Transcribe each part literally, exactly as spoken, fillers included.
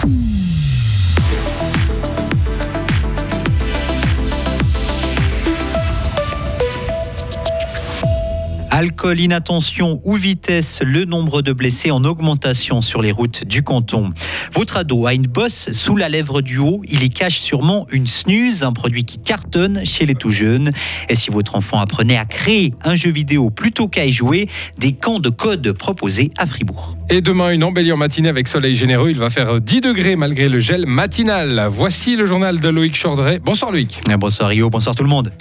Alcool, inattention ou vitesse, le nombre de blessés en augmentation sur les routes du canton. Votre ado a une bosse sous la lèvre du haut, il y cache sûrement une snooze, un produit qui cartonne chez les tout jeunes. Et si votre enfant apprenait à créer un jeu vidéo plutôt qu'à y jouer, des camps de code proposés à Fribourg. Et demain, une embellie en matinée avec soleil généreux. Il va faire dix degrés malgré le gel matinal. Voici le journal de Loïc Chordray. Bonsoir Loïc. Bonsoir Rio, bonsoir tout le monde.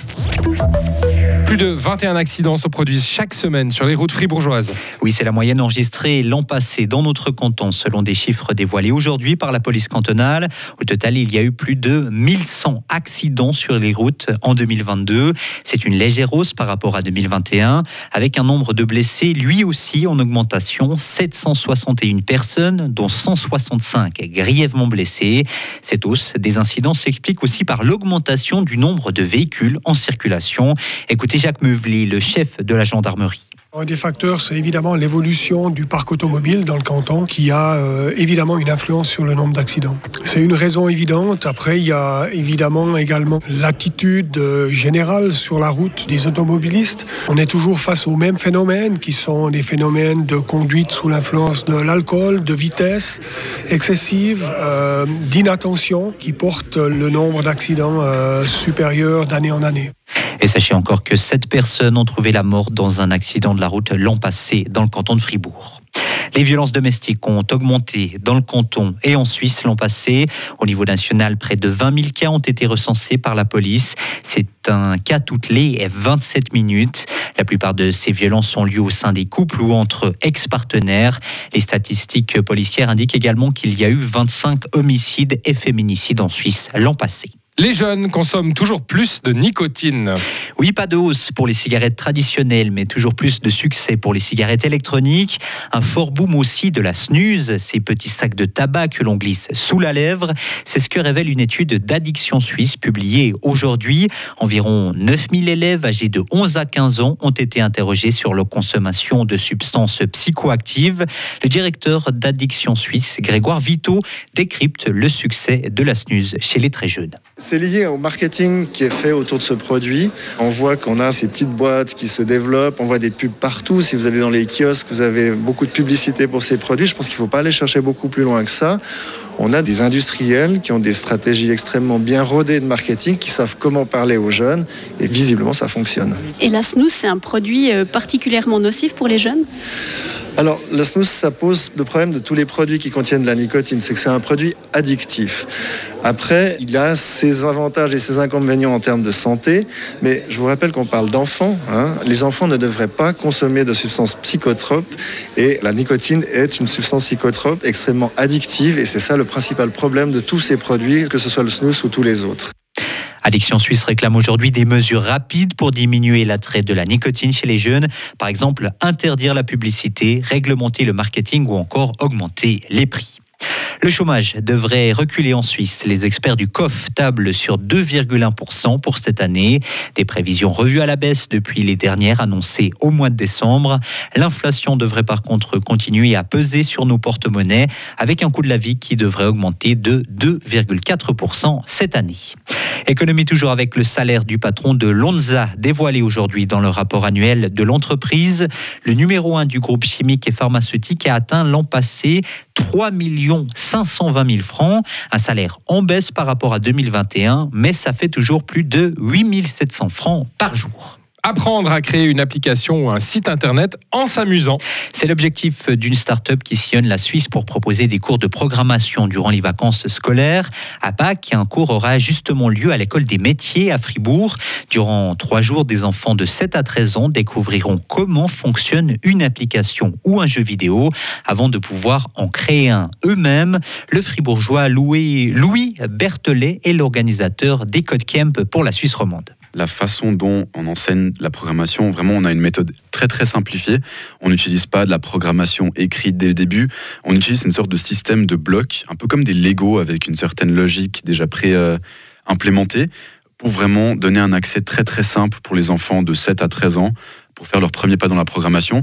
Plus de vingt et un accidents se produisent chaque semaine sur les routes fribourgeoises. Oui, c'est la moyenne enregistrée l'an passé dans notre canton, selon des chiffres dévoilés aujourd'hui par la police cantonale. Au total, il y a eu plus de mille cent accidents sur les routes en deux mille vingt-deux. C'est une légère hausse par rapport à deux mille vingt et un, avec un nombre de blessés, lui aussi en augmentation, sept cent soixante et une personnes, dont cent soixante-cinq grièvement blessés. Cette hausse des incidents s'explique aussi par l'augmentation du nombre de véhicules en circulation. Écoutez Jacques Meuvely, le chef de la gendarmerie. Un des facteurs, c'est évidemment l'évolution du parc automobile dans le canton qui a euh, évidemment une influence sur le nombre d'accidents. C'est une raison évidente. Après, il y a évidemment également l'attitude euh, générale sur la route des automobilistes. On est toujours face aux mêmes phénomènes qui sont des phénomènes de conduite sous l'influence de l'alcool, de vitesse excessive, euh, d'inattention qui portent le nombre d'accidents euh, supérieur d'année en année. Et sachez encore que sept personnes ont trouvé la mort dans un accident de la route l'an passé dans le canton de Fribourg. Les violences domestiques ont augmenté dans le canton et en Suisse l'an passé. Au niveau national, près de vingt mille cas ont été recensés par la police. C'est un cas toutes les vingt-sept minutes. La plupart de ces violences ont lieu au sein des couples ou entre ex-partenaires. Les statistiques policières indiquent également qu'il y a eu vingt-cinq homicides et féminicides en Suisse l'an passé. Les jeunes consomment toujours plus de nicotine. Oui, pas de hausse pour les cigarettes traditionnelles, mais toujours plus de succès pour les cigarettes électroniques. Un fort boom aussi de la snooze, ces petits sacs de tabac que l'on glisse sous la lèvre. C'est ce que révèle une étude d'Addiction Suisse publiée aujourd'hui. Environ neuf mille élèves âgés de onze à quinze ans ont été interrogés sur leur consommation de substances psychoactives. Le directeur d'Addiction Suisse, Grégoire Vito, décrypte le succès de la snooze chez les très jeunes. C'est lié au marketing qui est fait autour de ce produit. On voit qu'on a ces petites boîtes qui se développent, on voit des pubs partout. Si vous allez dans les kiosques, vous avez beaucoup de publicité pour ces produits. Je pense qu'il ne faut pas aller chercher beaucoup plus loin que ça. On a des industriels qui ont des stratégies extrêmement bien rodées de marketing, qui savent comment parler aux jeunes, et visiblement ça fonctionne. Et la snooze, c'est un produit particulièrement nocif pour les jeunes ? Alors, la snooze, ça pose le problème de tous les produits qui contiennent de la nicotine, c'est que c'est un produit addictif. Après, il a ses avantages et ses inconvénients en termes de santé, mais je vous rappelle qu'on parle d'enfants. Hein. Les enfants ne devraient pas consommer de substances psychotropes, et la nicotine est une substance psychotrope extrêmement addictive, et c'est ça le principal problème de tous ces produits, que ce soit le snooze ou tous les autres. Addiction Suisse réclame aujourd'hui des mesures rapides pour diminuer l'attrait de la nicotine chez les jeunes. Par exemple, interdire la publicité, réglementer le marketing ou encore augmenter les prix. Le chômage devrait reculer en Suisse. Les experts du C O F tablent sur deux virgule un pour cent pour cette année. Des prévisions revues à la baisse depuis les dernières annoncées au mois de décembre. L'inflation devrait par contre continuer à peser sur nos porte-monnaies avec un coût de la vie qui devrait augmenter de deux virgule quatre pour cent cette année. Économie toujours avec le salaire du patron de Lonza dévoilé aujourd'hui dans le rapport annuel de l'entreprise. Le numéro un du groupe chimique et pharmaceutique a atteint l'an passé trois millions cinq cent vingt mille francs, un salaire en baisse par rapport à deux mille vingt et un, mais ça fait toujours plus de huit mille sept cents francs par jour. Apprendre à créer une application ou un site internet en s'amusant. C'est l'objectif d'une start-up qui sillonne la Suisse pour proposer des cours de programmation durant les vacances scolaires. À Pâques, un cours aura justement lieu à l'école des métiers à Fribourg. Durant trois jours, des enfants de sept à treize ans découvriront comment fonctionne une application ou un jeu vidéo avant de pouvoir en créer un eux-mêmes. Le fribourgeois Louis, Louis Berthelet est l'organisateur des Code Camp pour la Suisse romande. La façon dont on enseigne la programmation, vraiment, on a une méthode très très simplifiée. On n'utilise pas de la programmation écrite dès le début. On utilise une sorte de système de blocs, un peu comme des Lego avec une certaine logique déjà pré-implémentée, pour vraiment donner un accès très très simple pour les enfants de sept à treize ans pour faire leur premier pas dans la programmation.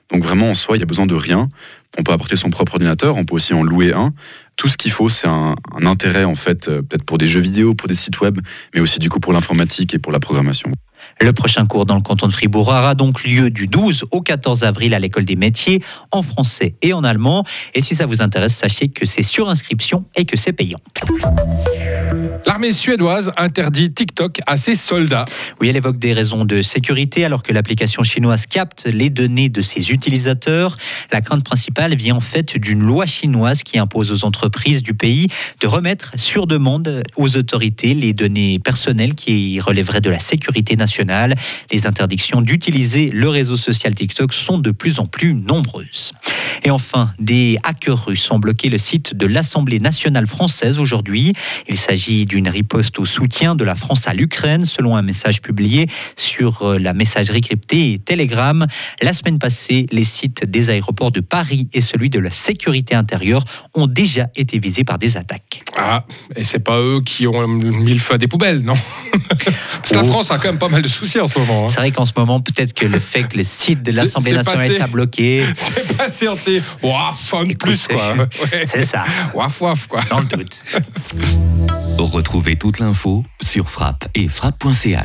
Donc vraiment, en soi, il n'y a besoin de rien. On peut apporter son propre ordinateur, on peut aussi en louer un. Tout ce qu'il faut, c'est un, un intérêt, en fait, euh, peut-être pour des jeux vidéo, pour des sites web, mais aussi du coup pour l'informatique et pour la programmation. Le prochain cours dans le canton de Fribourg aura donc lieu du douze au quatorze avril à l'école des métiers, en français et en allemand. Et si ça vous intéresse, sachez que c'est sur inscription et que c'est payant. L'armée suédoise interdit TikTok à ses soldats. Oui, elle évoque des raisons de sécurité alors que l'application chinoise capte les données de ses utilisateurs. La crainte principale vient en fait d'une loi chinoise qui impose aux entreprises du pays de remettre sur demande aux autorités les données personnelles qui relèveraient de la sécurité nationale. Les interdictions d'utiliser le réseau social TikTok sont de plus en plus nombreuses. Et enfin, des hackers russes ont bloqué le site de l'Assemblée nationale française aujourd'hui. Il s'agit d'une riposte au soutien de la France à l'Ukraine, selon un message publié sur la messagerie cryptée Telegram. La semaine passée, les sites des aéroports de Paris et celui de la sécurité intérieure ont déjà été visés par des attaques. Ah, et c'est pas eux qui ont mis le feu à des poubelles, non? Parce que la Oh. France a quand même pas mal de soucis en ce moment. Hein. C'est vrai qu'en ce moment, peut-être que le fait que le site de l'Assemblée C'est- c'est nationale passé. soit bloqué, C'est passé en té... Ouah, fun de plus, Écoutez, quoi. Ouais. c'est ça, Waf, waf, quoi. dans le doute. Retrouvez toute l'info sur frappe et frappe point c h.